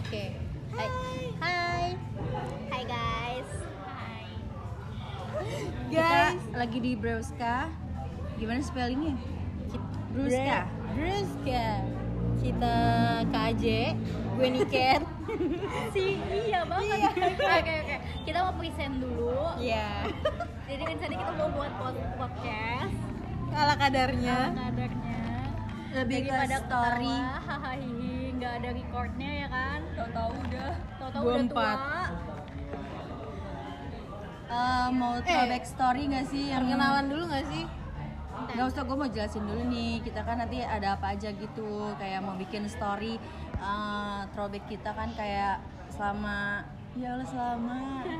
Oke. Hai. Hai. Hai guys. Hai. Guys. Kita lagi di Brewska. Gimana spellingnya? Brewska. Brewska. Kita KJ, gue Niken. Iya banget. Oke. Kita mau present dulu. Iya. Jadi rencana kita mau buat podcast Ala kadarnya. lebih Daripada ke story. ketawa, Nggak ada recordnya ya kan? Tahu-tahu udah Gua tua. 4. Mau throwback story nggak sih? Yang Perkenalan dulu nggak sih? Gak usah, gue mau jelasin dulu nih. Kita kan nanti ada apa aja gitu. Kayak mau bikin story throwback kita kan kayak selama. Ya Allah selama.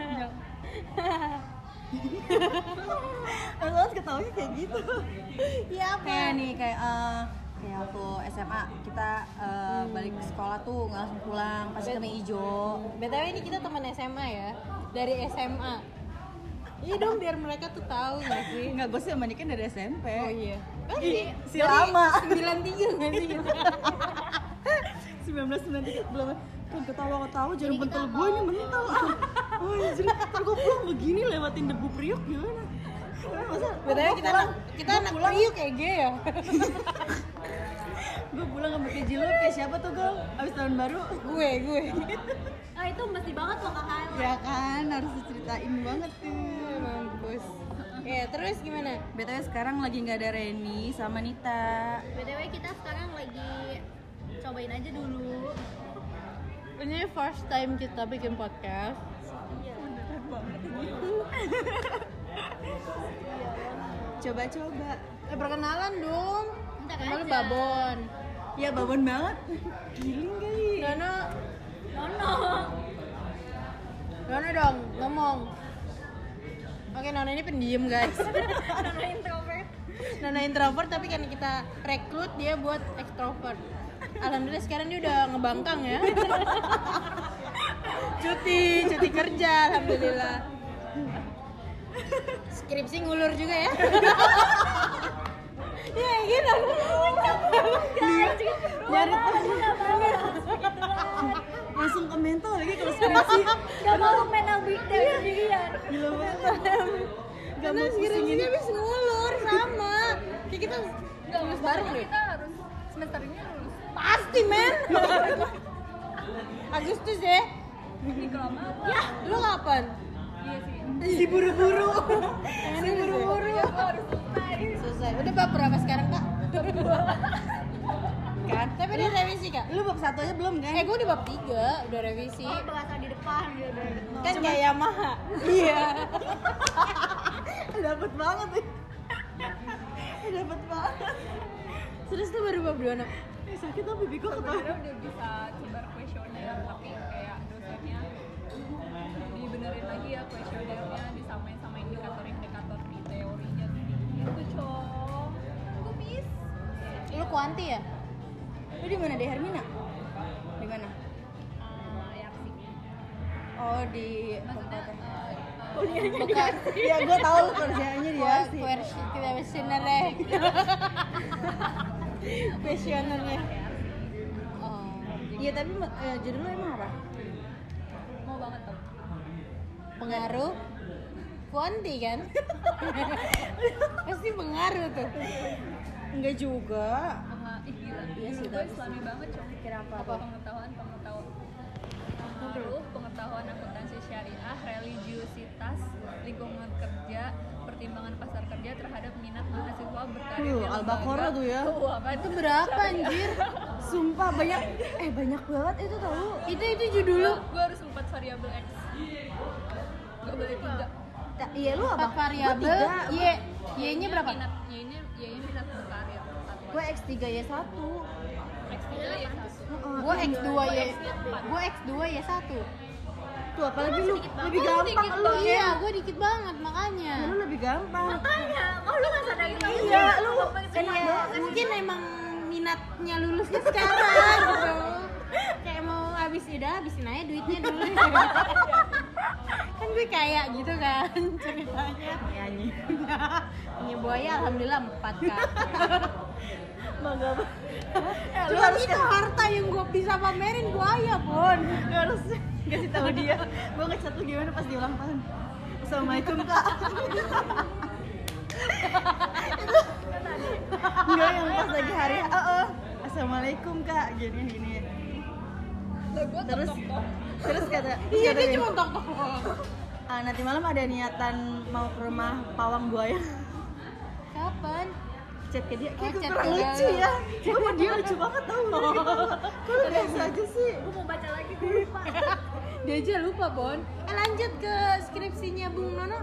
Terus ketawanya kayak gitu. Iya apa? Kayak nih kayak waktu SMA kita balik ke sekolah tuh nggak langsung pulang pasti kami hijau. BTW ini kita teman SMA ya. Dari SMA. Iya dong biar mereka tuh tahu nggak sih? Nggak, gue sih sama Niken dari SMP. Oh iya. Si lama. 93 nggak sih? 1993 belum kan ketawa-ketawa jarum Ini pentul kita gue ini mau- mental. Oh anjir, ntar gue pulang begini lewatin debu priok gimana? Masa BTW kita anak Priuk kayak gue ya. gue pulang sama keji lu kayak siapa tuh Gal? Abis tahun baru? gue. Itu mesti banget loh kakak. Ya kan, harus diceritain banget tuh. Mampus. Ya terus gimana? BTW sekarang lagi nggak ada Reni sama Nita. BTW kita sekarang lagi cobain aja dulu. Ini first time kita bikin podcast. Coba-coba. Perkenalan dong. Bentar Nama lu aja. Babon. Ya babon banget. Giling kali. Nono Nono dong ngomong. Oke, Nono ini pendiam guys. Nono introvert. Nono introvert tapi kan kita rekrut dia buat extrovert. Alhamdulillah sekarang dia udah ngebangkang ya. cuti kerja alhamdulillah. Skripsi ngulur juga ya. Ya gitu. Nyari langsung ke mental lagi kalau skripsi. Gak mau mental breakdown sendirian. Gila banget. Gak mau Skripsinya pusingin. habis ngulur sama. Kayak kita lulus bareng deh. Kita harus semester ini lulus. Pasti men. Agustus ya. Ini kelamaan. Ya, lu kapan? Iya sih. Si buru-buru. Si buru-buru. Ya gua harus selesai. Selesai. Udah bab berapa sekarang, Kak? Kan? Tapi udah revisi, Kak. Lu bab 1 aja belum kan? Gue udah bab 3, udah revisi. Oh, bahasa di depan dia udah. Kan kayak Yamaha. Iya. Dapet banget nih. Dapet banget. Terus lu baru bab 2, Nak? Sakit tapi Biko ketawa. Sebenarnya udah bisa sebar kuesioner, tapi kayak dosennya dibenerin lagi ya kuesionernya, disamain sama indikator-indikator di teorinya gitu cong. Kumis. Lu kuanti ya? Lu di mana deh Hermina? Di mana? Ya sih. Oh di Maksudnya tempatnya. Bekas. Ya gue tahu lu kerjanya dia sih. Kuesionernya. Kuesionernya. Oh. Iya tapi judul lu emang apa? mau banget tuh. Pengaruh kuanti kan? Pasti pengaruh tuh. Enggak juga. Gila. Iya sih, Gue tapi- islami banget cong. Kira apa? Pengetahuan pengaruh pengetahuan akuntansi syariah, religiusitas, lingkungan kerja, pertimbangan pasar kerja terhadap minat mahasiswa berkarir di lembaga. Al-Baqarah tuh ya. Apa Itu berapa anjir? Sumpah banyak banyak banget itu tahu. Itu judul lu. Gue harus 4 variabel X. Gak boleh 3. Iya lu apa? 4 variabel. Y-nya berapa? Minat, Y-nya minat berkarir. Gue X3 ya 1. X3 ya 1. Gua X2 ya. Gua X2 ya 1. Tuh apalagi lu lebih gampang lu. Iya, gua dikit banget makanya. Lu lebih gampang. Makanya, lu gak sadar itu? Iya, lu Iya, mungkin emang minatnya lulusnya sekarang gitu. Kayak mau habisin aja duitnya dulu. Kan gue kayak gitu kan ceritanya. Nyanyi. Punya buaya alhamdulillah 4 Kak. bangga banget. Lu Cuma harus itu harta yang gue bisa pamerin buaya, Bon. lu harus kasih tahu dia. Gua ngechat lu gimana pas di ulang tahun. Assalamualaikum kak. Enggak yang pas lagi hari. Assalamualaikum kak. Gini. Lah gue Terus kata Iya, kata dia dia, cuma tok-tok doang. nanti malam ada niatan mau ke rumah pawang buaya. Kapan? Chat ke dia, kayak chat kurang ke dia. lucu ya. Gue sama dia lucu banget tau. Kalau biasa aja sih. gue mau baca lagi gue lupa. Dia aja lupa, Bon. Lanjut ke skripsinya Bung Nono.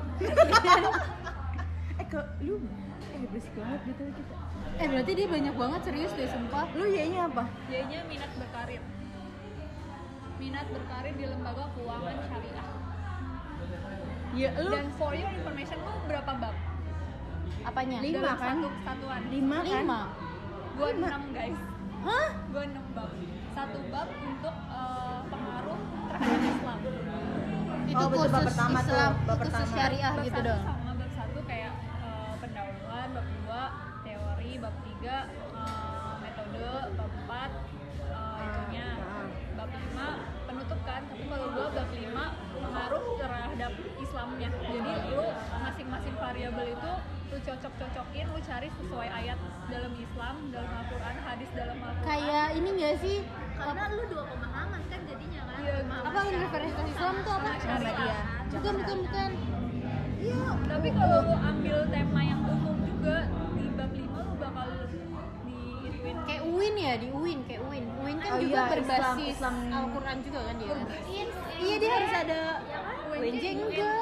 Kok lu berisik banget gitu kita. Berarti dia banyak banget, serius deh, sumpah. Lu Y-nya apa? Dia minat berkarir. Minat berkarir di lembaga keuangan syariah. Ya lu Dan for your information lu berapa bab? Apanya? 5 Dalam kan? satu kesatuan. 5 kan? 5. Gue 6 guys. Hah? Gue 6 bab. Satu bab untuk pengaruh terhadap Islam. Itu betul, bab khusus pertama tuh, Islam, bab khusus pertama. syariah Bab gitu satu dong. sama bab 1 kayak pendahuluan, bab 2 teori, bab 3 metode, bab 4 itunya, bab 5 penutup kan. Tapi kalau gue bab 5 pengaruh terhadap Islamnya. Jadi lu masing-masing variabel itu lu cocok-cocokin, lu cari sesuai ayat dalam Islam, dalam Al-Quran, hadis dalam Al-Quran. Kayak ini nggak sih? Karena lu 2 pemahaman kan jadinya kan. Iya, Apa Universitas Islam tuh apa? Syariah. Bukan. Iya, tapi kalau lu ambil tema yang umum juga di bab 5 lu bakal diituin Kayak UIN ya, di UIN, kayak UIN. UIN kan Oh juga iya, berbasis Islam. Al-Quran juga kan dia. Iya, dia harus ada UNJ enggak.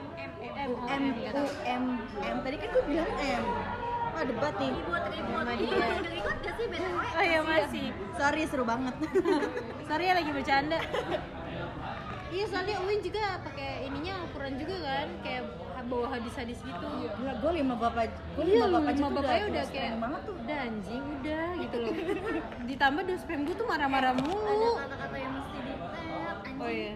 M. Tadi kan gue bilang M. Oh debat nih. Sama dia. Oh iya masih. Sorry seru banget. Sorry ya lagi bercanda. Iya, soalnya UIN juga pakai ininya Al-Quran juga kan, kayak bawa hadis-hadis gitu. Gila, gue 5 bab aja. Gue Iya, 5 bab aja lima tuh bapaknya udah keren kayak banget tuh. udah anjing, udah gitu loh. Ditambah dos spam gue tuh marah-marah mulu. kata-kata yang mesti di Oh iya.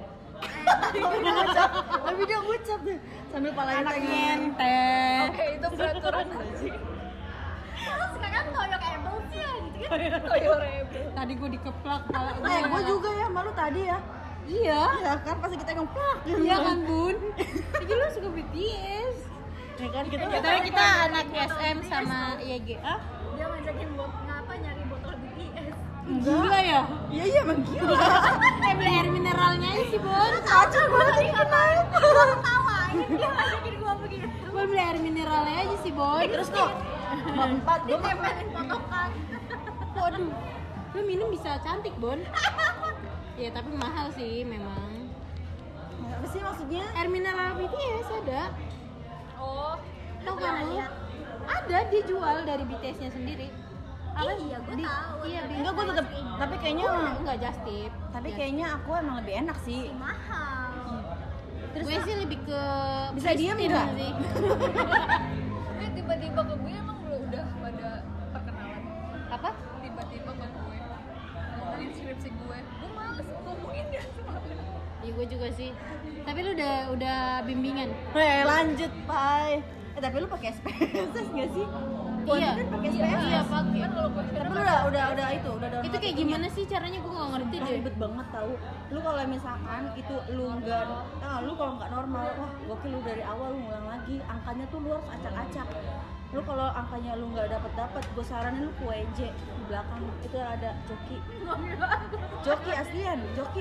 Tapi dia ngucap tuh sambil palanya Anak tangan. nyentet. Oke, itu peraturan sekarang toyok able sih ya gitu kan. Toyok rebel. Tadi gue dikeplak kepala Gue juga ya malu tadi ya. Iya. Ya kan pasti kita ngeplak. Iya kan, Bun? Jadi lu suka BTS. Ya kan kita. Tapi kita anak SM sama YG. Ah? Dia ngajakin buat ngapa nyari botol BTS. Gila ya? Iya emang gila. Beli air mineralnya aja sih, Bun. Kacau banget ini kenapa? Tawain dia ngajakin gua begitu. Bun beli air mineralnya aja sih, Bon. Terus kok bab 4 gue Tempelin potongan. Waduh, lu minum bisa cantik, Bon. Ya tapi mahal sih memang. apa sih maksudnya? Air mineral BTS ada. Oh, Tahu kamu? Ada, dia jual dari BTS-nya sendiri. Apa? Iya, gua tahu. Iya, Enggak gue tetap tapi kayaknya enggak just tip. tapi kayaknya aku emang lebih enak sih. mahal. Terus Gue sih lebih ke Bisa diem Christine nggak? sih. Tapi tiba-tiba ke gue emang udah pada perkenalan. Apa? Tiba-tiba ke gue ngomongin skripsi gue males ngomongin dia soalnya. Iya, gue juga sih. Tapi lu udah bimbingan. lanjut, Pai. Tapi lu pakai SPSS enggak sih? Iya. Kan pakai SPSS. Iya, pakai. Kan kalau gue Tapi lu udah itu, udah download. Itu kayak gimana sih caranya, gue gak ngerti deh. Ribet banget tahu. Lu kalau misalkan itu lu enggak lu kalau nggak normal, wah gokil lu dari awal lu ngulang lagi. Angkanya tuh lu harus acak-acak. Lu kalau angkanya lu nggak dapat, gue saranin lu ke WJ di belakang itu ada joki. Joki aslian, joki.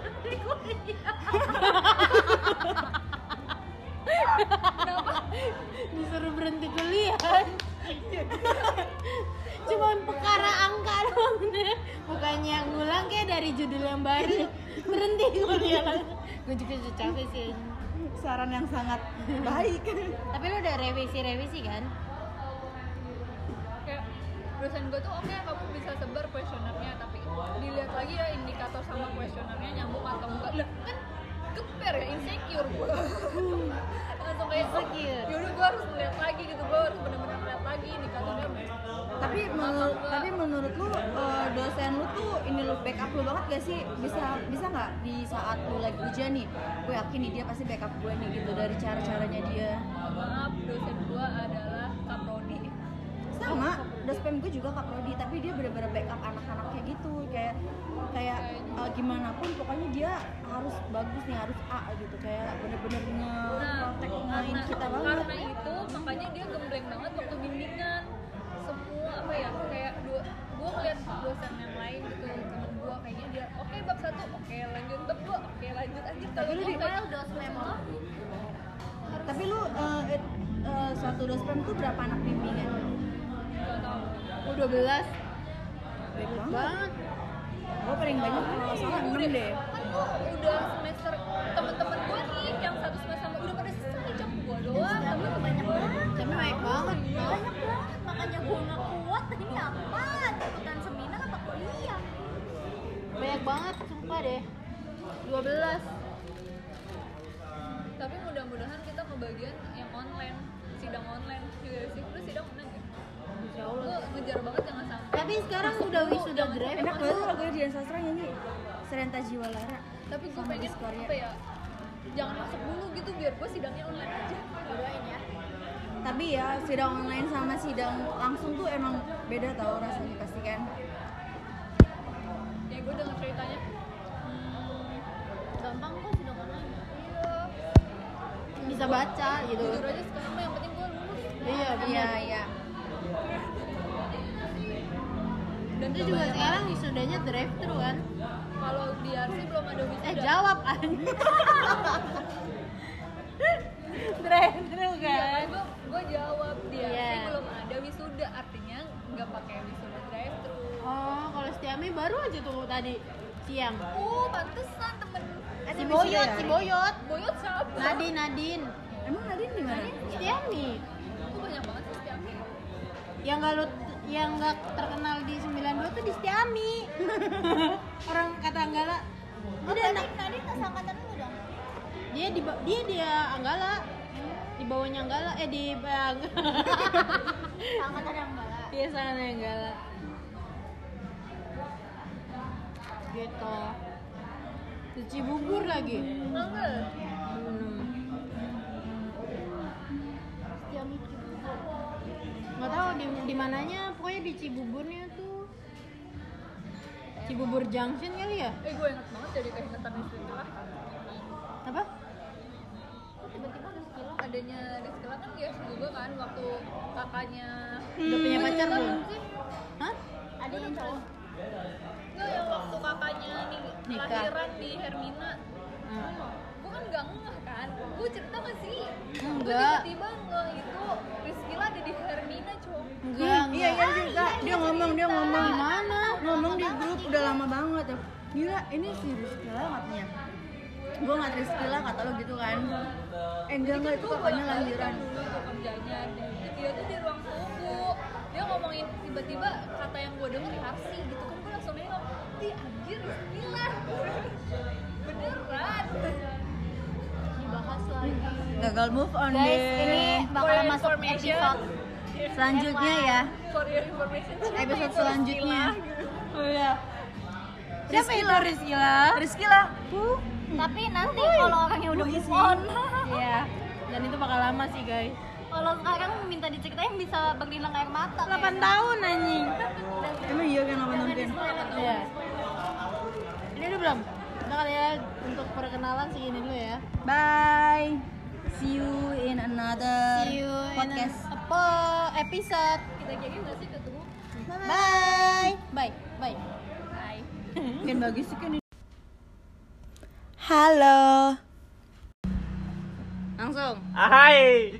Disuruh berhenti kuliah. Cuma perkara angka doang deh. Bukannya ngulang kayak dari judul yang baru. Berhenti kuliah. Gue juga capek sih. Saran yang sangat baik. Tapi lu udah revisi kan? kayak dosen gue tuh oke, kamu bisa sebar kuesionernya, tapi dilihat lagi ya indikator sama kuesionernya nyambung atau enggak. Lah kan keper ya, insecure gue. Langsung kayak Insecure. yaudah gue harus lihat lagi gitu, gue harus benar-benar lihat lagi indikatornya. Tapi menurut lu dosen lu tuh ini lu backup lu banget gak sih? Bisa nggak di saat lu lagi ujian nih? Gue yakin nih dia pasti backup gue nih gitu dari cara-caranya dia. Maaf, dosen gue adalah Kaprodi. Sama. dospem gue juga Kak Prodi, tapi dia bener-bener backup anak-anaknya gitu, kayak gimana pun pokoknya dia harus bagus nih, harus A gitu, kayak bener-bener nge-protect kita banget. Karena itu makanya dia gembleng banget waktu bimbingan. Semua apa ya, kayak gue ngeliat dosen yang lain gitu, temen gue kayaknya dia oke, bab 1 oke lanjut, bab 2 oke lanjut aja. Tapi lu di dospem lo tapi lu suatu dospem tuh berapa anak bimbingan? Gak tau. 12 Baik banget. Gue paling banyak kalau nggak salah 6 deh. Kan gue udah semester, temen-temen gue nih yang satu semester sama udah pada selesai, cok gue doang. Tapi Tapi banyak banget loh. Makanya gue nggak kuat, ini apa? Ikutan seminar apa kuliah? Banyak banget, sumpah deh. 12. tapi mudah-mudahan kita kebagian yang online, sidang online juga sih. Lu sidang online ya? Insya Allah. Lu ngejar banget jangan sampai. Tapi sekarang udah wisuda drive. Enak banget tuh lagunya Dian Sastra nyanyi Serenta Jiwa Lara. Tapi gue Sama pengen Discordnya. apa ya, jangan masuk dulu gitu biar gue sidangnya online aja. Doain ya. Tapi ya sidang online sama sidang langsung tuh emang beda tau rasanya pasti kan. Ya gue denger ceritanya Gampang kok sidang online. iya, Bisa baca gitu. jujur aja sekarang mah yang penting gue lulus. Iya, benar. Iya. Dan Itu juga sekarang wisudanya drive thru kan? kalau di RC belum ada wisuda. Jawab aja. Drive thru Iya, kan? gue jawab di RC Iya. belum ada wisuda, artinya nggak pakai wisuda drive thru. Oh, kalau Setiami baru aja tuh tadi siang. Pantesan temen Si Boyot, si Boyot. Boyot siapa? Nadine. Emang Nadine di mana? Setiami. Itu banyak banget sih setiap hari. Yang nggak terkenal di 92 tuh di Setiami. Orang kata Anggala. Ada anak Tadi tas angkatan lu dong. dia Anggala. Di bawahnya Anggala di Angkatan yang enggak lah. Iya, sangat Anggala. Gitu. Cuci bubur lagi. Enggak. Setiap mikir. Nggak tahu di mananya, pokoknya di Cibuburnya tuh. Cibubur Junction kali ya? Gue inget banget jadi keingetan istilah. Apa? Tiba-tiba ada sekilas, adanya ada sekilas kan dia juga kan waktu kakaknya Udah punya pacar Gua belum? juga sih. Hah? Ada yang cowok. Nggak, yang waktu kakaknya Nikah. lahiran di Hermina. Hmm. Gue kan nggak ngeh kan. Gue cerita nggak sih? Gue Enggak. tiba-tiba ngeh itu Rizkyla ada di Hermina, cowok. Enggak. Iya juga. Dia ngomong. Gimana? Ngomong di grup udah lama banget. Gila, ini si Rizkyla katanya. Gue nggak Rizkyla kata lo gitu kan. Enggak itu kakaknya lahiran. Dulu gue kerjanya dan dia tuh di ruang tunggu. Dia ngomongin tiba-tiba kata yang gue denger Harsi gitu kan, gue langsung nengok, di anjir Rizkyla. Beneran. Dibahas lagi. Gagal move on Guys, deh. ini bakalan masuk episode Selanjutnya ya. For your information, Episode selanjutnya. Oh iya. Siapa itu Rizkyla? Rizkyla. tapi nanti kalau orangnya udah move on. Iya. Dan itu bakal lama sih, guys. Kalau sekarang minta diceritain bisa berlinang air mata. 8 tahun anjing. Emang iya kan apa nonton? Iya. Ini udah belum? Udah kali ya, untuk perkenalan segini dulu ya. Bye. See you in another See you podcast. in episode. kita jadi nggak sih ketemu? Bye. Bye. Bye. Bye. Kan bagus sih kan. Halo. Langsung. Hai.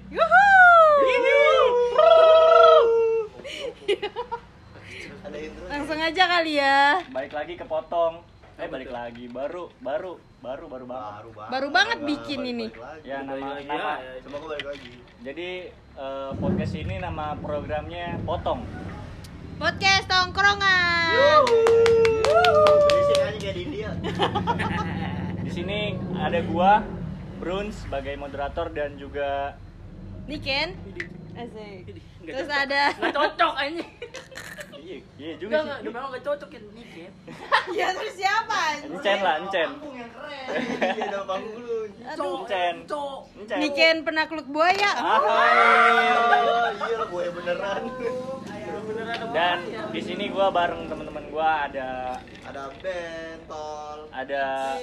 Langsung aja kali ya. Balik lagi ke potong. Balik lagi. Baru banget. Baru banget bikin ini. Ya nama. Semoga balik lagi. Jadi podcast ini nama programnya Potong. Podcast tongkrongan. Berisik aja kayak di India. Di sini ada gua, Brun sebagai moderator dan juga Niken. Asik. Terus ada Nggak cocok anjing. iya juga sih. Memang nggak cocok ya Niken. ya terus siapa? Encen lah, Encen. Iya, nama panggung lu. Encen. Encen. Niken penakluk buaya. Hai. Iya lah, gue beneran. bener ada Dan di sini gue bareng teman-teman gue ada Bentol. ada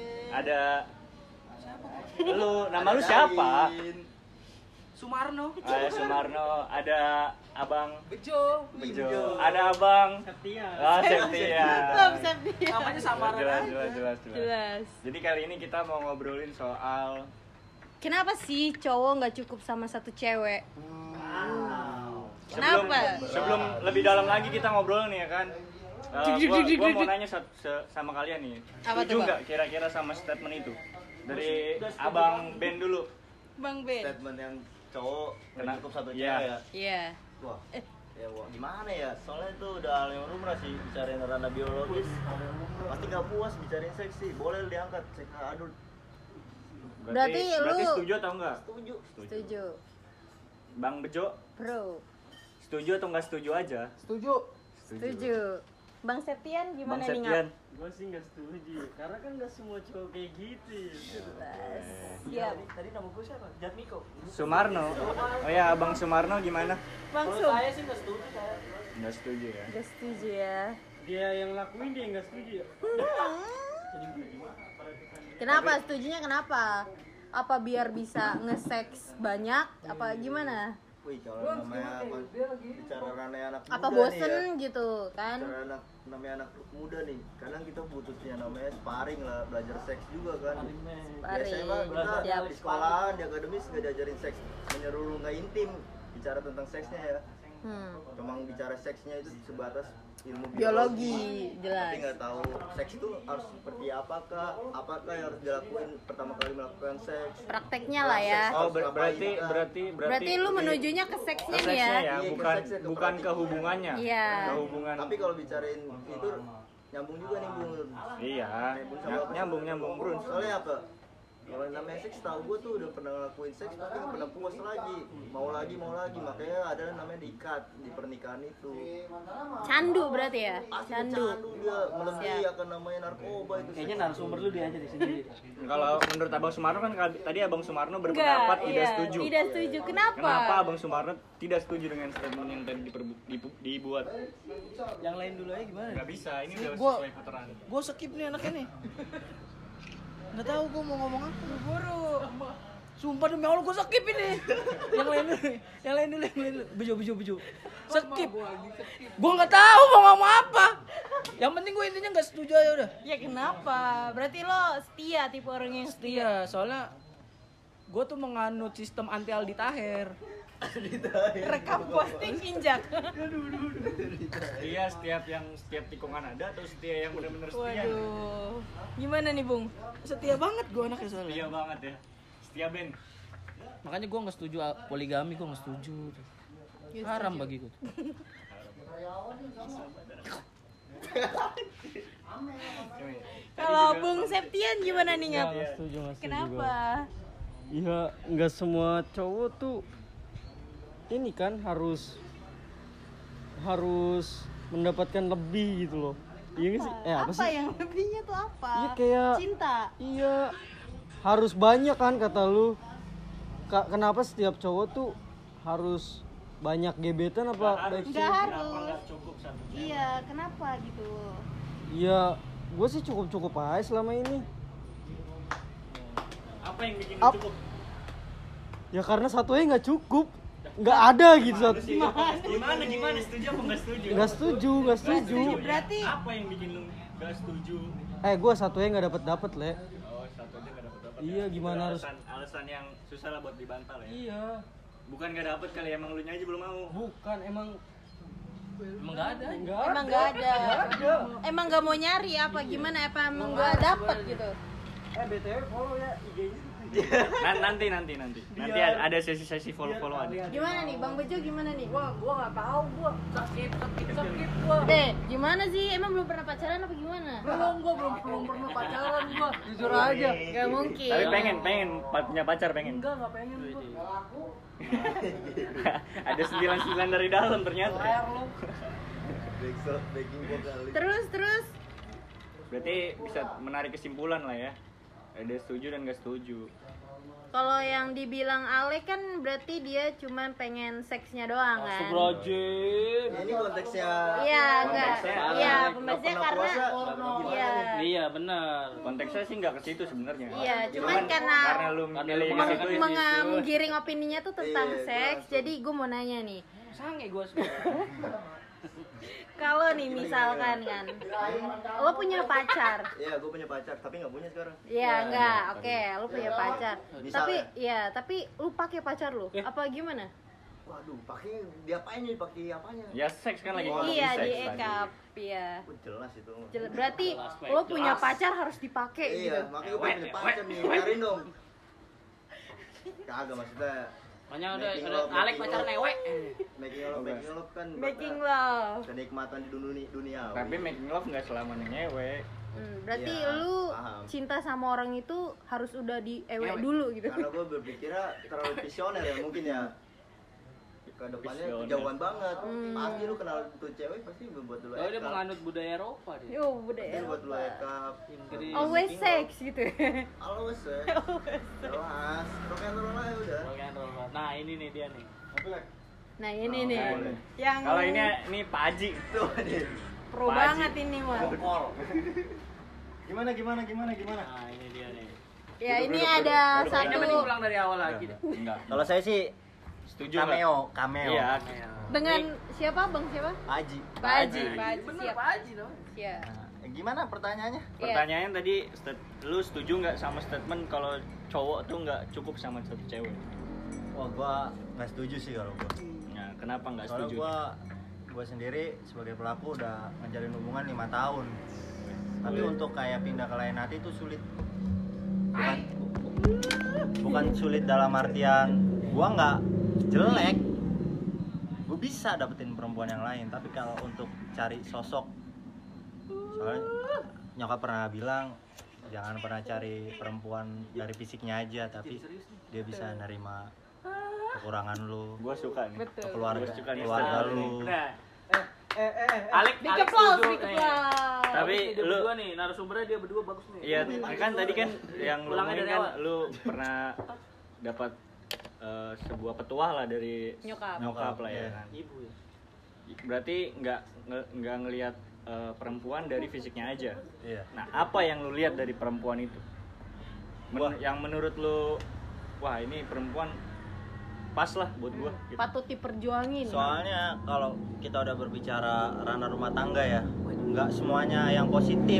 lu, nama lu siapa? Sumarno. Sumarno, ada Abang Bejo. ada Abang Septia. Septia. Namanya samaran. Jelas. Jadi kali ini kita mau ngobrolin soal Kenapa sih cowok nggak cukup sama satu cewek? sebelum Kenapa? sebelum lebih dalam lagi kita ngobrol nih ya kan. Gua mau nanya sama kalian nih. Apa Setuju tuh, nggak kira-kira sama statement itu? Dari Abang Ben dulu. Bang Ben. Statement yang cowok Kena- cukup satu Iya. cewek ya. Iya. Wah. Ya wah, gimana ya? Soalnya itu udah hal yang lumrah sih bicarain ranah biologis. Pasti nggak puas bicarain seks sih. Boleh diangkat seks adult. Berarti lu- setuju atau enggak? Setuju. Setuju. Bang Bejo, Bro. setuju atau enggak setuju aja? Setuju. Bang Septian Bang gimana nih Septian. Gue sih nggak setuju, karena kan nggak semua cowok kayak gitu. Siap. Tadi nama gue siapa? Jatmiko. Sumarno. Oh ya, Abang Sumarno gimana? Bang Kalau Sum. saya sih nggak setuju saya. Enggak setuju ya. Gak setuju ya. Dia yang lakuin dia nggak setuju ya. Kenapa? Setujunya kenapa? Apa biar bisa nge-seks banyak? Apa gimana? Wih, kalau namanya bicara ranah anak muda Apa nih bosen ya. gitu kan? Bicara namanya anak muda nih. Kadang kita butuhnya namanya sparring lah, belajar seks juga kan. Biasanya mah kita Siap. di sekolahan, di akademis nggak diajarin seks menyeluruh, nggak intim bicara tentang seksnya ya. Cuma bicara seksnya itu sebatas ilmu Biologi, tapi jelas. nggak tahu seks itu harus seperti apakah yang harus dilakuin pertama kali melakukan seks. Prakteknya lah ya. Oh, berarti Berarti lu menujunya ke seksnya nih ya? seksnya ya, Iya, ke bukan seksnya, ke bukan ke praktik. hubungannya. Iya. Ke hubungan. Tapi kalau bicarain itu nyambung juga nih Bung. Iya, nyambung Bro. Soalnya apa? Kalau namanya seks, tahu gue tuh udah pernah ngelakuin seks tapi nggak pernah puas lagi, mau lagi, makanya ada namanya diikat di pernikahan itu. Candu berarti ya? Asli Candu. candu dia melebihi Siap. akan namanya narkoba itu. Kayaknya seks. narasumber lu dia aja di sini. Kalau menurut Abang Sumarno kan tadi Abang Sumarno Enggak, berpendapat tidak iya, setuju. Tidak setuju. Kenapa? Kenapa Abang Sumarno tidak setuju dengan statement yang tadi dibuat? Yang lain dulu aja gimana? Nggak bisa, ini udah Gua- sesuai putaran. Gue skip nih anaknya nih. Nggak tahu gue mau ngomong apa. Buru. Sumpah demi Allah gue skip ini. Yang lain dulu. Bejo. Skip. Gue nggak tahu mau ngomong apa. Yang penting gue intinya nggak setuju aja udah. Ya kenapa? Berarti lo setia, tipe orang yang setia. Iya, soalnya gue tuh menganut sistem anti Aldi Taher. Rekam posting injak. Setia setiap tikungan ada atau setia yang benar-benar setia? Waduh. Gimana nih, Bung? Setia banget gue anaknya soalnya. Setia banget ya. Setia Ben. Makanya gue nggak setuju poligami, gue nggak setuju. Haram bagi gue. Kalau Bung Septian gimana nih, Ngap? Nggak setuju. Kenapa? Iya, nggak semua cowok tuh ini kan harus mendapatkan lebih gitu loh. Iya nggak sih? Apa sih? yang lebihnya tuh apa? Iya, kayak Cinta. Iya, harus banyak kan kata lu. Kenapa setiap cowok tuh harus banyak gebetan apa baik sih? Enggak harus. Iya, kenapa gitu? Iya, gue sih cukup aja selama ini. Apa yang bikin Ap- cukup? Ya karena satunya nggak cukup, nggak ada gitu satu. Gimana? Setuju apa nggak setuju? Nggak setuju. Berarti Apa yang bikin lu nggak setuju? Gue satunya nggak dapet le. Oh, satu aja nggak dapet. Iya, gimana harus? Alasan yang susah lah buat dibantah ya. Iya. Bukan nggak dapet kali, emang lu nya aja belum mau. Bukan emang Nggak ada. emang nggak ada. Emang nggak mau nyari apa gimana? Apa emang nggak dapet gitu? BTW follow ya IG-nya. Nanti ada sesi follow ada. Gimana nih, Bang Bejo gimana nih? Gua nggak tahu gua. Sakit gua. Gimana sih? Emang belum pernah pacaran apa gimana? belum pernah pacaran gua. Jujur aja. Gak mungkin. Tapi pengen punya pacar pengen. Enggak pengen gua. Ada 99 dari dalam ternyata. Baking vokal. Terus Berarti bisa menarik kesimpulan lah ya. Ada setuju dan nggak setuju. Kalau yang dibilang Alek kan berarti dia cuman pengen seksnya doang kan? Astagfirullahaladzim. Ini konteksnya. Iya, enggak. Konteksnya Iya, Alek. pembahasnya Nggak karena pernah puasa, gimana iya. nih? Iya benar. Konteksnya sih nggak ke situ sebenarnya. Iya, cuman karena lu Karena milih lu ke situ ya. menggiring opininya tuh tentang Iya, seks. langsung. Jadi gue mau nanya nih. Sange gue semua. Kalau nih misalkan kan lo punya pacar. Iya, gue punya pacar, tapi nggak punya sekarang. Iya, enggak. Oke, lo punya pacar. Misalnya. Tapi ya, tapi lu pakai pacar lu. Apa gimana? Waduh, pakai diapain nih? Pakai apanya? Ya seks kan lagi Iya, seks di tadi. ekap. Iya. Jelas itu. Berarti lo punya pacar harus dipakai gitu. Iya, makanya gue punya pacar nih. Cariin dong. Kagak maksudnya. Makanya Making udah love, Alek making pacar love. newek. Making love kan Making bakal love. kenikmatan di dunia. Tapi making love nggak selamanya ngewe. Berarti Iya, lu paham. cinta sama orang itu harus udah di ewe Ewe. dulu gitu. Karena gue berpikirnya terlalu visioner ya mungkin ya. Ke depannya Visioner. kejauhan banget. Pasti lu kenal tuh cewek pasti buat dulu. Oh dia menganut budaya Eropa dia. Yo, budaya Dia buat lu Eropa. ekap. Inggris. Always sex gitu. Always ya. Jelas. Rock and roll aja udah. Rock and roll. Nah ini nih dia nih. Nah, ini Oh, nih. boleh. Yang Kalau ini Pak Haji. Tuh nih. pro Pak Haji. banget ini mah. Gimana? Nah ini dia nih. Ya, ini ada Ini satu mending ulang dari awal lagi deh. Enggak. Kalau saya sih Setuju nggak? cameo. Iya. dengan siapa Bang siapa? Haji. Pak Haji. Pak Haji Bener siap. Pak Haji loh. Siap. Nah, gimana pertanyaannya? Pertanyaannya tadi, lu setuju nggak sama statement kalau cowok tuh nggak cukup sama satu cewek? Wah, gua nggak setuju sih kalau gua. Nah, kenapa nggak Soalnya setuju? gua sendiri sebagai pelaku udah ngejalin hubungan 5 tahun. Tapi untuk kayak pindah ke lain hati itu sulit. Bukan sulit dalam artian gua nggak jelek. Gua bisa dapetin perempuan yang lain, tapi kalau untuk cari sosok, soalnya nyokap pernah bilang jangan pernah cari perempuan dari fisiknya aja, tapi dia bisa nerima kekurangan lu, Gua suka nih. Betul. keluarga Gua suka nih keluarga style lu. ini. Nah. Alek Dikeplos, setuju nih. dikeplos. Tapi Dia lu berdua nih, narasumbernya dia berdua bagus nih. iya kan tadi kan yang lu Ulangnya ngomongin dari kan awal. lu pernah dapat sebuah petuah lah dari Nyokap. lah ya Iya. kan. Ibu ya. Berarti nggak ngelihat perempuan dari fisiknya aja. Iya. Nah, apa yang lu lihat dari perempuan itu? Yang menurut lu, wah ini perempuan pas lah buat gua. Gitu. Patut diperjuangin. Soalnya kalau kita udah berbicara ranah rumah tangga ya, nggak semuanya yang positif,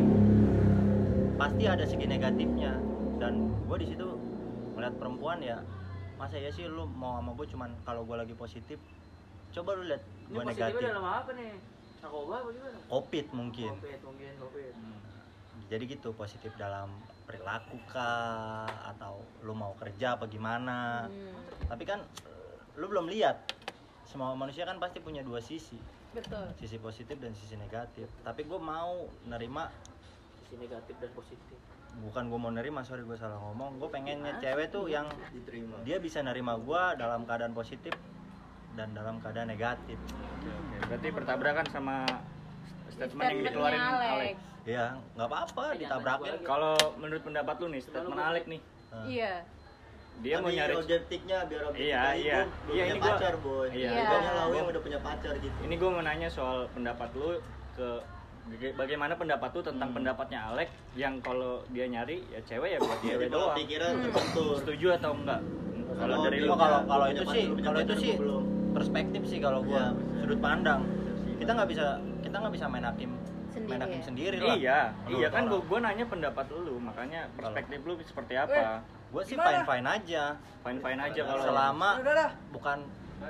pasti ada segi negatifnya. Dan gue di situ melihat perempuan ya, masa ya sih lu mau sama gue cuman kalau gue lagi positif, coba lu lihat Ini gue positifnya negatif. dalam apa nih? Narkoba apa gimana? Covid mungkin. Covid. Jadi gitu, positif dalam perilaku kah, atau lu mau kerja apa gimana. Tapi kan lu belum lihat, semua manusia kan pasti punya dua sisi, Betul. sisi positif dan sisi negatif. Tapi gue mau nerima, Sisi negatif dan positif. bukan gue mau nerima, sorry gue salah ngomong. Gue pengennya cewek tuh yang dia bisa nerima gue dalam keadaan positif dan dalam keadaan negatif. Oke, berarti bertabrakan sama statement yang dikeluarin Statementnya Alek. Ya nggak apa-apa ditabrakin. Kalau menurut pendapat lu nih, statement Alek nih, Iya. dia mau nyari objektifnya biar objektif. Iya, lagi, iya. gua belum Iya, punya ini gua- pacar boy. iya, Bedanya lau yang udah punya pacar gitu. ini gue mau nanya soal pendapat lu ke bagaimana pendapat lu tentang pendapatnya Alek yang kalau dia nyari ya cewek ya buat cewek Jadi pola doang. pikiran terbentur. Setuju atau enggak? Kalau dari lu Oh, kalau itu sih, kalau itu sih belum. perspektif sih kalau gua, sudut pandang. Kita nggak bisa main hakim sendiri lah. Iya, Menurut iya kan orang. gue nanya pendapat lu, makanya perspektif lu seperti apa? Gua sih fine aja. Fine aja kalau Selama bukan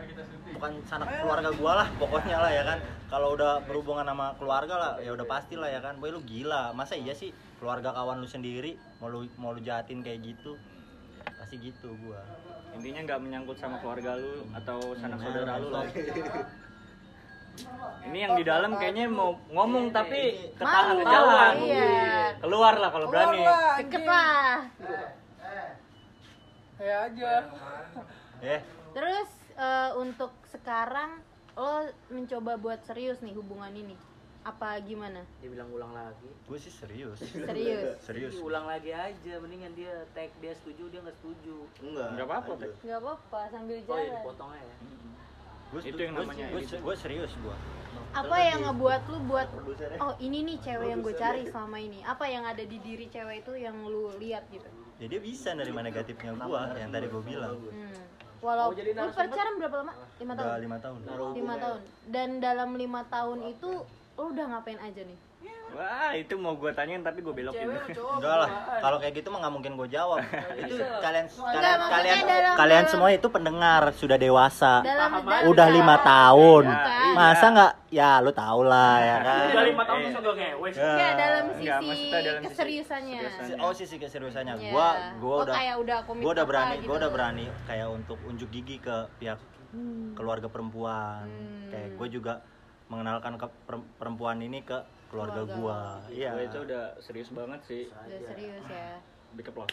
sanak keluarga gua lah pokoknya lah ya kan. Kalau udah berhubungan sama keluarga lah ya udah pasti lah ya kan. Boy lu gila, masa iya sih keluarga kawan lu sendiri mau lu jahatin kayak gitu? Pasti gitu gua. intinya nggak menyangkut sama keluarga lu atau sanak saudara lu lah. Ini yang di dalam kayaknya mau ngomong tapi ketahan Malu. ketahan. Iya. Keluar lah kalau berani. Deket lah. Terus untuk sekarang lo mencoba buat serius nih hubungan ini. Apa gimana? Dia bilang ulang lagi. Gue sih serius. Serius? Serius. Ulang lagi aja, mendingan dia tag dia setuju, dia nggak setuju. Enggak apa-apa, Teh. Nggak apa-apa, sambil Oh iya, jalan. dipotong aja ya. Itu yang namanya edit. Gue serius gue. Apa yang ngebuat lu buat oh ini nih cewek yang gue cari selama ini? Apa yang ada di diri cewek itu yang lu lihat gitu? Ya dia bisa nerima negatifnya gue yang tadi gue bilang. Walaupun lu pacaran berapa lama? 5 tahun. Udah 5 tahun. 5 tahun. Dan dalam 5 tahun itu lu udah ngapain aja nih? Wah, itu mau gue tanyain tapi gue belokin. Enggak lah, kalau kayak gitu mah nggak mungkin gue jawab. Itu maksudnya dalam- kalian semua itu pendengar sudah dewasa. Dalam Udah 5 tahun. Bukan. Masa nggak? Ya lu tau lah ya kan. Udah 5 tahun terus udah ngewe. Enggak, dalam Enggak, sisi maksudnya dalam sisi keseriusannya. Oh sisi keseriusannya. Ya. Gua Oh, udah kayak udah komit gua udah apa berani, gitu. gua udah berani kayak untuk unjuk gigi ke pihak keluarga perempuan. Kayak gue juga mengenalkan ke perempuan ini ke keluarga gua. Iya. Gue itu udah serius banget sih. Udah serius ya. Big applause.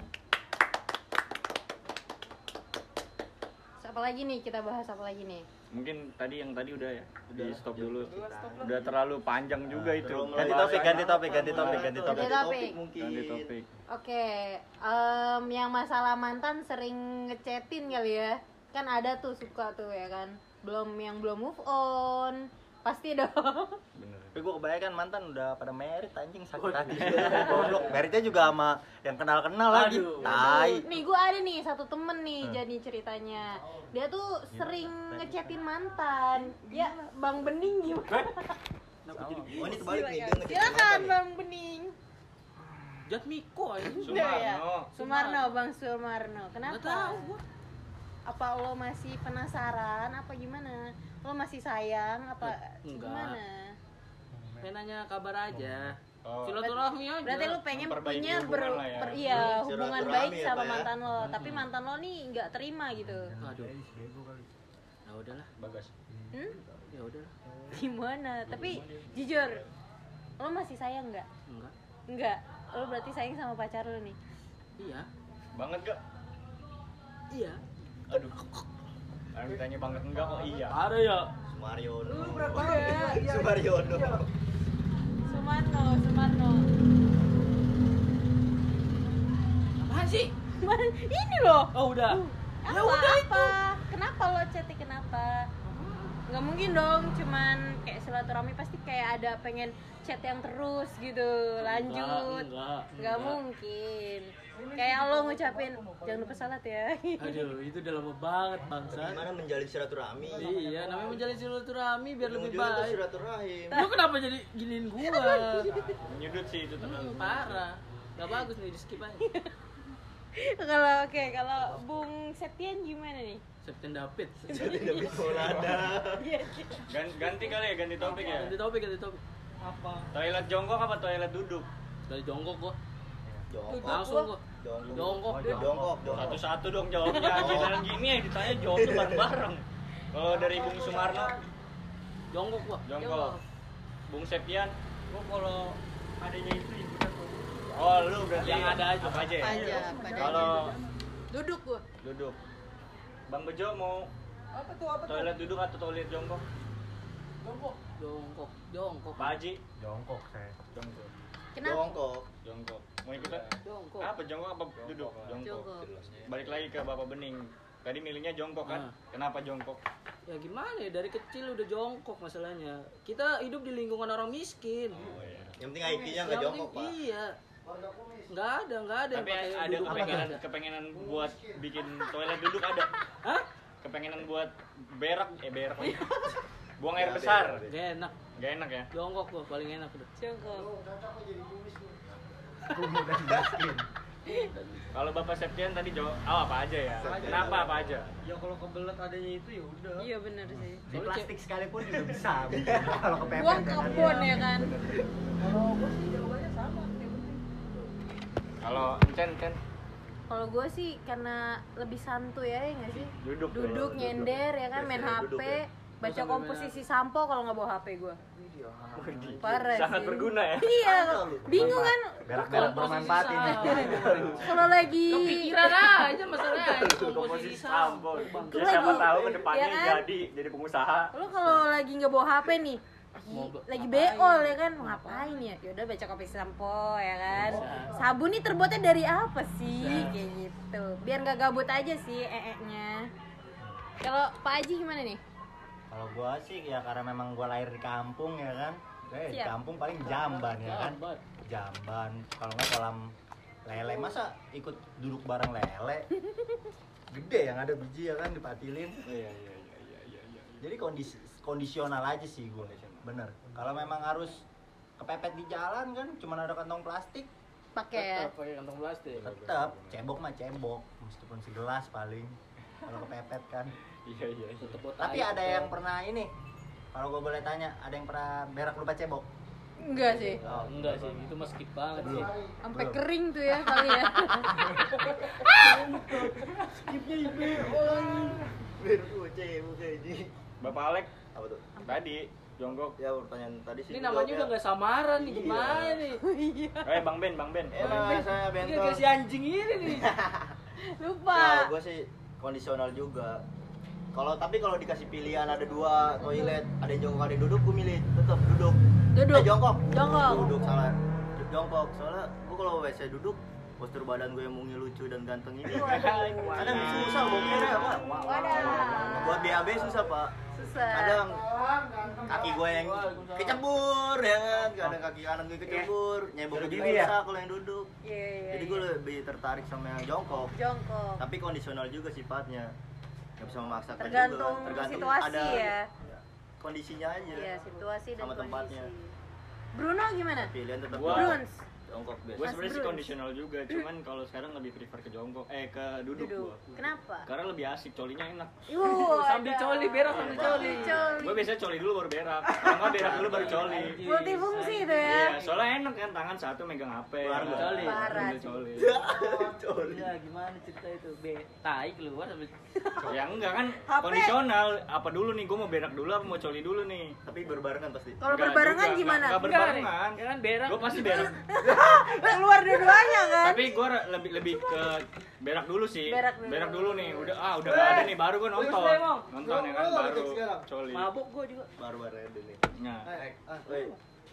Apa lagi nih kita bahas apa lagi nih? Mungkin tadi yang tadi udah ya. Di stop dulu. Udah terlalu panjang juga itu. Ganti topik. Ganti topik. Ganti topik. Oke, yang masalah mantan sering ngechatin kali ya. Kan ada tuh suka tuh ya kan. Yang belum move on. Pasti dong. Bener. Tapi gue kebanyakan mantan udah pada merit anjing sakit hati. Goblok. Meritnya juga sama yang kenal-kenal lagi. Tai. Nih gue ada nih satu temen nih jadi ceritanya. Dia tuh sering ngechatin mantan. Ya Bang Bening gimana? Oh ini kebalik nih. Silakan Bang Bening. Jatmiko aja. Sumarno, Bang Sumarno. Kenapa? Nggak tahu gua. Apa lo masih penasaran? Apa gimana? Lo masih sayang? Apa Enggak. gimana? Pengen nanya kabar aja. Oh. Silaturahmi aja. Berarti lo pengen Memperbaiki punya hubungan lah ya. iya, hubungan baik Silaturahmi sama apa ya? mantan lo. Tapi mantan lo nih nggak terima gitu. Aduh. Ya udahlah. Bagas. Ya udahlah. Gimana? Tapi jujur, lo masih sayang nggak? Enggak. Nggak. Lo berarti sayang sama pacar lo nih. Iya. Banget gak? Iya. Aduh. Orang ditanya banget enggak kok iya. Ada ya. Sumariono. Iya. Sumariono. Sumarno. Apaan sih? Ini loh. Oh udah. Ya udah apa? Kenapa lo chatting kenapa? Nggak mungkin dong, cuman kayak silaturahmi pasti kayak ada pengen chat yang terus gitu, lanjut. Nggak mungkin. Kayak lo ngucapin jangan lupa salat ya. Aduh, itu udah lama banget bangsa. Gimana menjalin silaturahmi? Iya, namanya menjalin silaturahmi biar lebih Ujung-ujungnya tuh baik. silaturahim. Lu kenapa jadi giniin gua? Menyudut sih itu terlalu. Parah. Gak bagus nih, di skip aja. Kalau Bung Septian gimana nih? Septian David. Jadi David Maulana. Ganti kali ya, ganti topik ya. Ganti topik. Apa? Toilet jongkok apa toilet duduk? Dari jongkok gua. Jongkok. Langsung gua. Jongkok. Jongkok. Satu-satu dong jawabnya. Giliran gini ya ditanya jawabnya bareng-bareng. Kalau dari Bung Sumarno, Jongkok gua. jongkok. Bung Septian, Gua kalau adanya itu ikutan tuh. oh lu berarti Yang ada aja. apa aja ya? Aja, Kalau duduk gua. duduk. Bang Bejo mau Apa tuh? toilet duduk atau toilet jongkok? Jongkok. Pak Haji? Jongkok saya. Jongkok. Kenapa? Jongkok. Jongkok. Mau ikutan? Jongkok. Apa jongkok apa duduk? Jongkok. Balik lagi ke Bapak Bening. Tadi milihnya jongkok kan? Ah. Kenapa jongkok? Ya gimana ya, dari kecil udah jongkok masalahnya. Kita hidup di lingkungan orang miskin. Yang penting IQ-nya nggak Yang jongkok, penting- Pak. Iya. Nggak ada yang Tapi pakai ada duduk. kepengenan buat bikin toilet duduk ada. Hah? Kepengenan buat berak lagi. Buang air besar. Gak enak. Gak enak ya? Jongkok gua paling enak udah. Jongkok. Kalau Bapak Septian tadi jawab apa aja ya? Kenapa apa aja? Ya kalau kebelet adanya itu ya udah. Iya benar sih. Di plastik sekalipun juga bisa. Kalau kepepet. Buang ke kebun ya kan. Kalau gua sih jawabannya sama, yang penting. Kalau Cen Kalau gue sih karena lebih santuy ya nggak sih? Duduk. Duduk nyender ya kan, main Biasanya HP, duduk ya. baca komposisi sampo kalau nggak bawa HP gue. Parah sangat sih. berguna ya. Iya, bingung kan? Berak-berak bermanfaat ini. Kalau lagi Kepikiran aja masalahnya komposisi sampo. Ya siapa tahu ke depannya ya kan? jadi pengusaha. lo kalau lagi nggak bawa HP nih, lagi beol ya kan, mau ngapain ya? Yaudah baca kopi sampo ya kan. Sabun nih terbuatnya dari apa sih? Kayak gitu. Biar nggak gabut aja sih nya. Kalau Pak Haji gimana nih? Kalau gua sih ya karena memang gua lahir di kampung ya kan. Di Siap. kampung paling jamban ya kan. Jamban, kalau nggak kolam lele, masa ikut duduk bareng lele? Gede yang ada biji ya kan dipatilin. Iya. Jadi kondisional aja sih gue, bener. Kalau memang harus kepepet di jalan kan, cuma ada kantong plastik, Pakai ya. pakai kantong plastik. tetap cebok mah cebok, meskipun segelas paling. Kalau kepepet kan. Iya. Tapi ada yang pernah ini, kalau gue boleh tanya, ada yang pernah berak lupa cebok? Enggak sih. Oh, enggak sih, itu mah skip banget sih. Sampai kering tuh ya kali ya. Bapak Alek Apa tuh? tadi jongkok. Ya pertanyaan tadi sih. Ini namanya udah nggak samaran nih, gimana nih? Bang Ben. saya Ini bentol. kayak si anjing ini nih. Lupa. Gue sih kondisional juga. Kalau dikasih pilihan ada 2 toilet, ada yang jongkok ada yang duduk, gue milih tetap duduk. Duduk. Jongkok. Jongkok. Duduk salah. Jongkok. Soalnya gue kalau WC duduk, postur badan gue yang mungil lucu dan ganteng ini. Kadang susah bokirnya, Pak. Wadah. Buat BAB susah, Pak. Susah. Kadang kaki gue yang kecebur ya kan, kadang kaki kanan gue kecebur, nyebok Jadi juga ya? susah kalau yang duduk. Iya. Jadi gue lebih tertarik sama yang jongkok. jongkok. Tapi kondisional juga sifatnya, nggak bisa memaksakan Tergantung juga. situasi ya. Kondisinya aja. Iya, situasi dan Sama tempatnya. kondisi. Bruno gimana? Pilihan tetap Gua- Bruns. jongkok biasa. Gue sebenarnya sih Bruce. kondisional juga, cuman kalau sekarang lebih prefer ke jongkok, ke duduk Duduk. gua. Kenapa? Karena lebih asik, colinya enak. Sambil coli, berak sambil coli. Gue biasanya coli dulu baru berak, kalau nggak berak dulu baru coli. Multifungsi itu ya. Iya, soalnya enak kan, tangan satu megang HP, Baru coli. Parah sambil sih. coli. Ya gimana cerita itu? Tai keluar sambil Ya enggak kan, HP. kondisional. Apa dulu nih, gue mau berak dulu apa mau coli dulu nih? Tapi berbarengan pasti. Kalau Enggak berbarengan juga, gimana? Enggak berbarengan. Ya kan berak. Gue pasti berak. Keluar dua-duanya kan? Tapi gue lebih ke berak dulu sih. Berak dulu. Nih. Udah nggak ada nih, baru gue nonton. Wih, Bang. Nonton ya kan, baru coli. Mabuk gua juga. Baru-baru ada nih. Nah, Woi,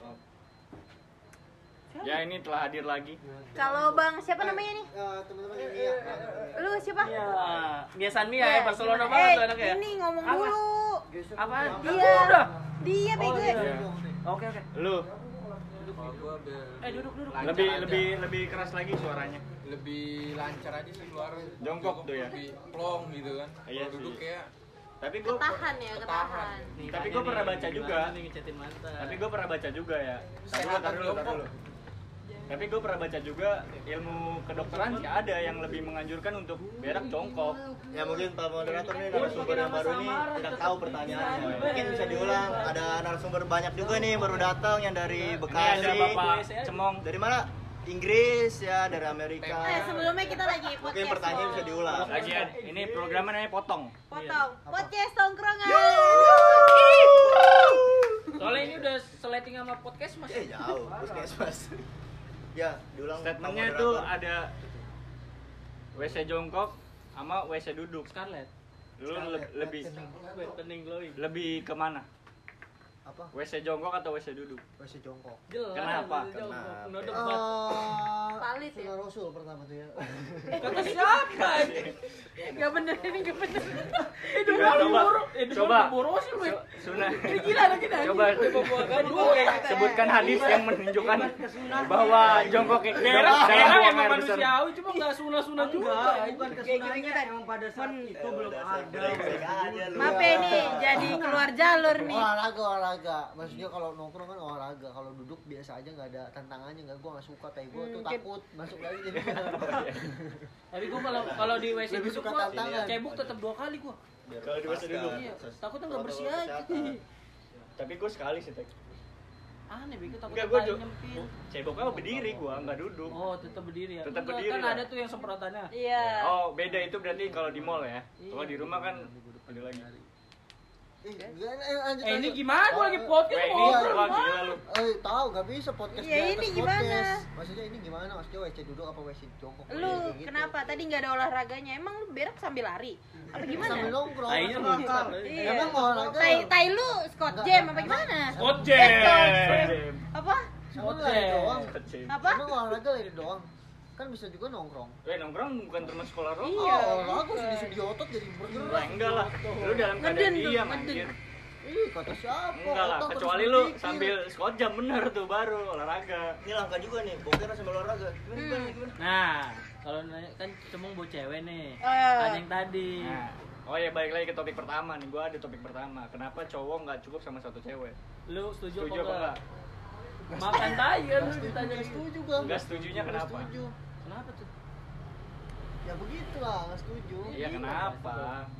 ya ini telah hadir lagi. Kalau Bang siapa namanya nih? teman-teman ini ya. Lu siapa? Ya, biasaan Mia ya, Barcelona banget tuh anaknya. Ini ngomong Apa? dulu. Apaan? Dia. Udah. Dia bego. Iya. Oke. Lu Duduk. lebih keras lagi suaranya. Lebih lancar aja sih keluar. Jongkok tuh ya? Lebih plong gitu kan. Iya Kalau duduk sih. kayak Tapi gue Ketahan ya, ketahan. Tapi gua pernah baca juga. Nih ngechatin mantan. Tapi gue pernah baca juga ya. Sehat Tar dulu. jongkok. Tapi gue pernah baca juga ilmu kedokteran sih ada yang lebih menganjurkan untuk berak jongkok. Ya mungkin Pak Moderator nih narasumber yang baru nih tidak tahu pertanyaannya. Mungkin bisa diulang. Ada narasumber banyak juga nih baru datang yang dari Ini Bekasi. ada Bapak Cemong. Dari mana? Inggris ya, dari Amerika. Sebelumnya kita lagi Mungkin podcast. pertanyaan bisa diulang. Lagi ya, ini programnya namanya Potong. Potong. Podcast tongkrongan. Soalnya ini udah seleting sama podcast Mas. Jauh, puskesmas. Ya, diulang. Statementnya Pak tuh Moderator. ada WC jongkok sama WC duduk. Scarlett. Lu Pening glowing. lebih kemana? Apa? WC jongkok atau WC duduk? WC jongkok. Jelas. Kenapa? Kenapa? No debat. Valid ya. Rasul pertama tuh ya. Kata siapa? Gak bener ini gak bener. Itu Coba, coba. boros lu. Sunnah. Ini gila lagi dah. Coba sebutkan hadis yang menunjukkan bahwa jongkok itu Berak emang air besar. manusiawi, cuma nggak sunah-sunah juga. Bukan kesunahnya, emang pada saat itu belum ada. Maaf ya ini jadi keluar jalur nih. Olahraga, maksudnya kalau nongkrong kan olahraga, kalau duduk biasa aja nggak ada tantangannya, nggak, gue nggak suka kayak gue tuh takut masuk lagi jadi. Tapi gua kalau di WC Lebih duduk suka gua tantangan. cebok tetap 2 kali gua. Kalau di WC duduk. Iya, takutnya nggak bersih aja. Tapi gue sekali sih, Tek. Aneh begitu takut Enggak, gue tai nyempil. ceboknya berdiri gue, nggak duduk. Oh, tetap berdiri ya. Tetap Enggak, berdiri kan lah. ada tuh yang semprotannya. Iya. Oh, beda itu berarti kalau di mall ya. Kalau di rumah kan ada lagi. Ini gimana? Gua lagi podcast Ini ngobrol. wah gila lu. Tahu gak bisa podcast Iya, di atas ini gimana? podcast. Maksudnya ini gimana? Maksudnya WC duduk apa WC jongkok? Lu Kayak gitu. kenapa tadi nggak ada olahraganya? Emang lu berak sambil lari? Apa gimana? Sambil nongkrong. Kayaknya sambil muncrat. makan. Iya. Emang olahraga. Tai lu Scott Jam apa gimana? Scott Jam. Jam. Apa? Emang lari doang. Apa? Emang olahraga lari doang. Kan bisa juga nongkrong. Nongkrong bukan termasuk olahraga. Iya. Olahraga sedih-sedih otot jadi bergerak. Wah, enggak lah. Lu dalam keadaan diam anjir. Ih, kata siapa? Enggak lah, Otak kecuali harus lu berpikir. sambil squat jam bener tuh baru olahraga. Ini langka juga nih, boker sambil olahraga. Gimana? Nah, kalau nanya kan cemong bawa cewek nih. Iya. Tanya yang tadi. Nah, oh ya balik lagi ke topik pertama nih. Gua ada topik pertama. Kenapa cowok nggak cukup sama satu cewek? Lu setuju Setuju apa enggak? Makan tai kan ditanya Nggak gitu. setuju gua. Enggak setujunya Nggak kenapa? setuju. Kenapa tuh? Ya begitulah, nggak setuju. Iya kenapa?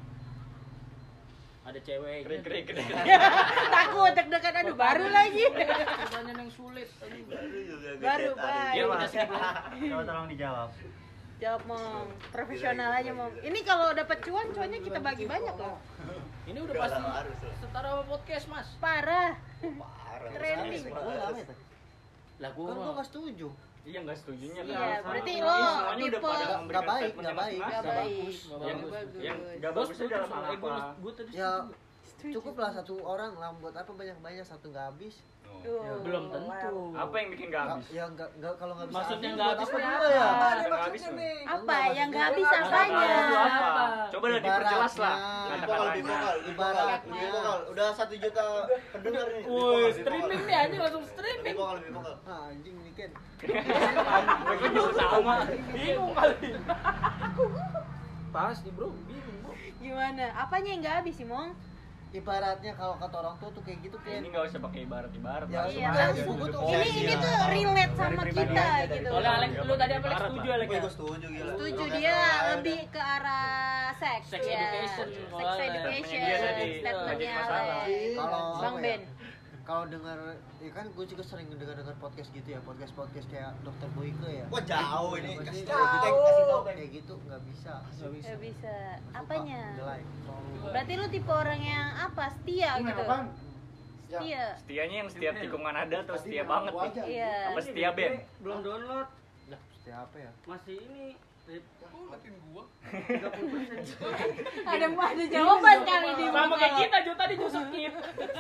Ada cewek. Krik. Takut deg-degan aduh baru lagi. Pertanyaan yang sulit. Baru, Pak. Iya, Mas. Coba tolong dijawab. Jawab Mong, profesional aja Mong. Ini kalau dapat cuan, cuannya kita bagi banyak loh. Ini udah pasti setara sama podcast, Mas. Parah. Parah. Trending. Gua nggak apa ya? Lah Kan gua nggak setuju. Iya nggak setujunya. Iya, kenapa? berarti Ini lo semuanya udah tipe- pada Nggak memberikan baik, statementnya nggak baik, masing-masing. Nggak baik. Yang Bagus. yang nggak bagusnya dalam hal apa? Gue tadi Ya cukup lah satu orang lah, buat apa banyak-banyak, satu nggak habis. Tuh. belum tentu. Apa yang bikin nggak habis? Ya nggak kalau nggak bisa. Maksudnya habis, nggak buat habis apa tuh juga apa? ya? Yang nggak habis nih. Apa yang nggak habis Apanya? apanya? Coba lah diperjelas lah. Ibaratnya. Kata-katanya. Ibaratnya. Udah 1 juta pendengar nih. Woi, streaming nih anjing langsung streaming. Lebih vokal. Ah, anjing nih Ken. Gue juga sama. Bingung kali. Pasti, Bro. Bingung, Bro. Gimana? Apanya yang nggak habis sih Mong? Ibaratnya kalau kata orang tua tuh kayak gitu Ken. Ini nggak usah pakai ibarat-ibarat. Ya, Iya, sudah, langsung. ibu tuh Ini tuh relate sama kita gitu. Soalnya Alex lu tadi apa Alex setuju Alex? Gue setuju gila. Setuju dia lebih ke arah seks. Sex ya. education, Sex kalau Alex. education. Dia tadi Statementnya jadi masalah. Alex. Kalau Bang apa Ben. ya? Kalau dengar, ya kan gue juga sering dengar podcast gitu ya, podcast kayak Dokter Boyke ya. Wah jauh ini. Ya, pasti Kasih tahu kayak gitu nggak bisa. Nggak bisa. Suka, Apanya? jelek. Berarti lu tipe orang yang apa? Setia gitu. Setia. Setianya yang setiap tikungan ada atau setia banget nih? Iya. Apa setia Ben? Belum download. Setia apa ya? Masih ini. Ada jawaban kali di Sama muka kayak lo. kita Jo tadi Jo skip.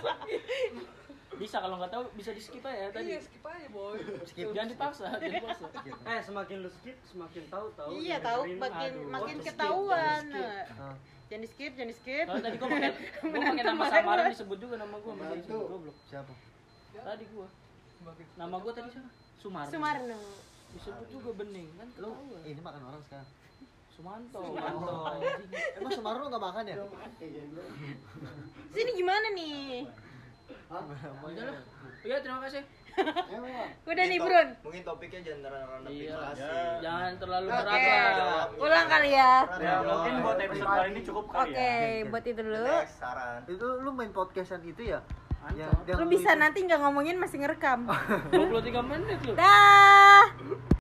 Bisa kalau nggak tahu bisa di skip aja tadi. Iya, skip aja boy. Skip. Jangan dipaksa, jangan dipaksa. Semakin lu skip semakin tahu. Iya tahu makin ketahuan. Ah. Jangan di skip, jangan di skip. Kalau tadi gua pakai nama samaran disebut juga nama gua masih disebut goblok. Siapa? Tadi gua. Nama gua tadi siapa? Sumarno. Sumarno. Disebut juga Bening kan Lu ketahuan. ini makan orang sekarang. Sumanto. Emang Sumarno nggak makan ya? Sini gimana nih? Udah lah. Iya, terima kasih. Udah nih, Brun. Mungkin topiknya jangan rendah Iya. privasi. Jangan terlalu Oke. berat lah. Ulang kali ya. Ya mungkin buat episode kali ini cukup kali Oke, ya. buat itu dulu. Next, saran. Itu lu main podcastan itu ya? Ya, Mantap. yang Lu bisa itu. nanti nggak ngomongin masih ngerekam. 23 menit lu. Dah.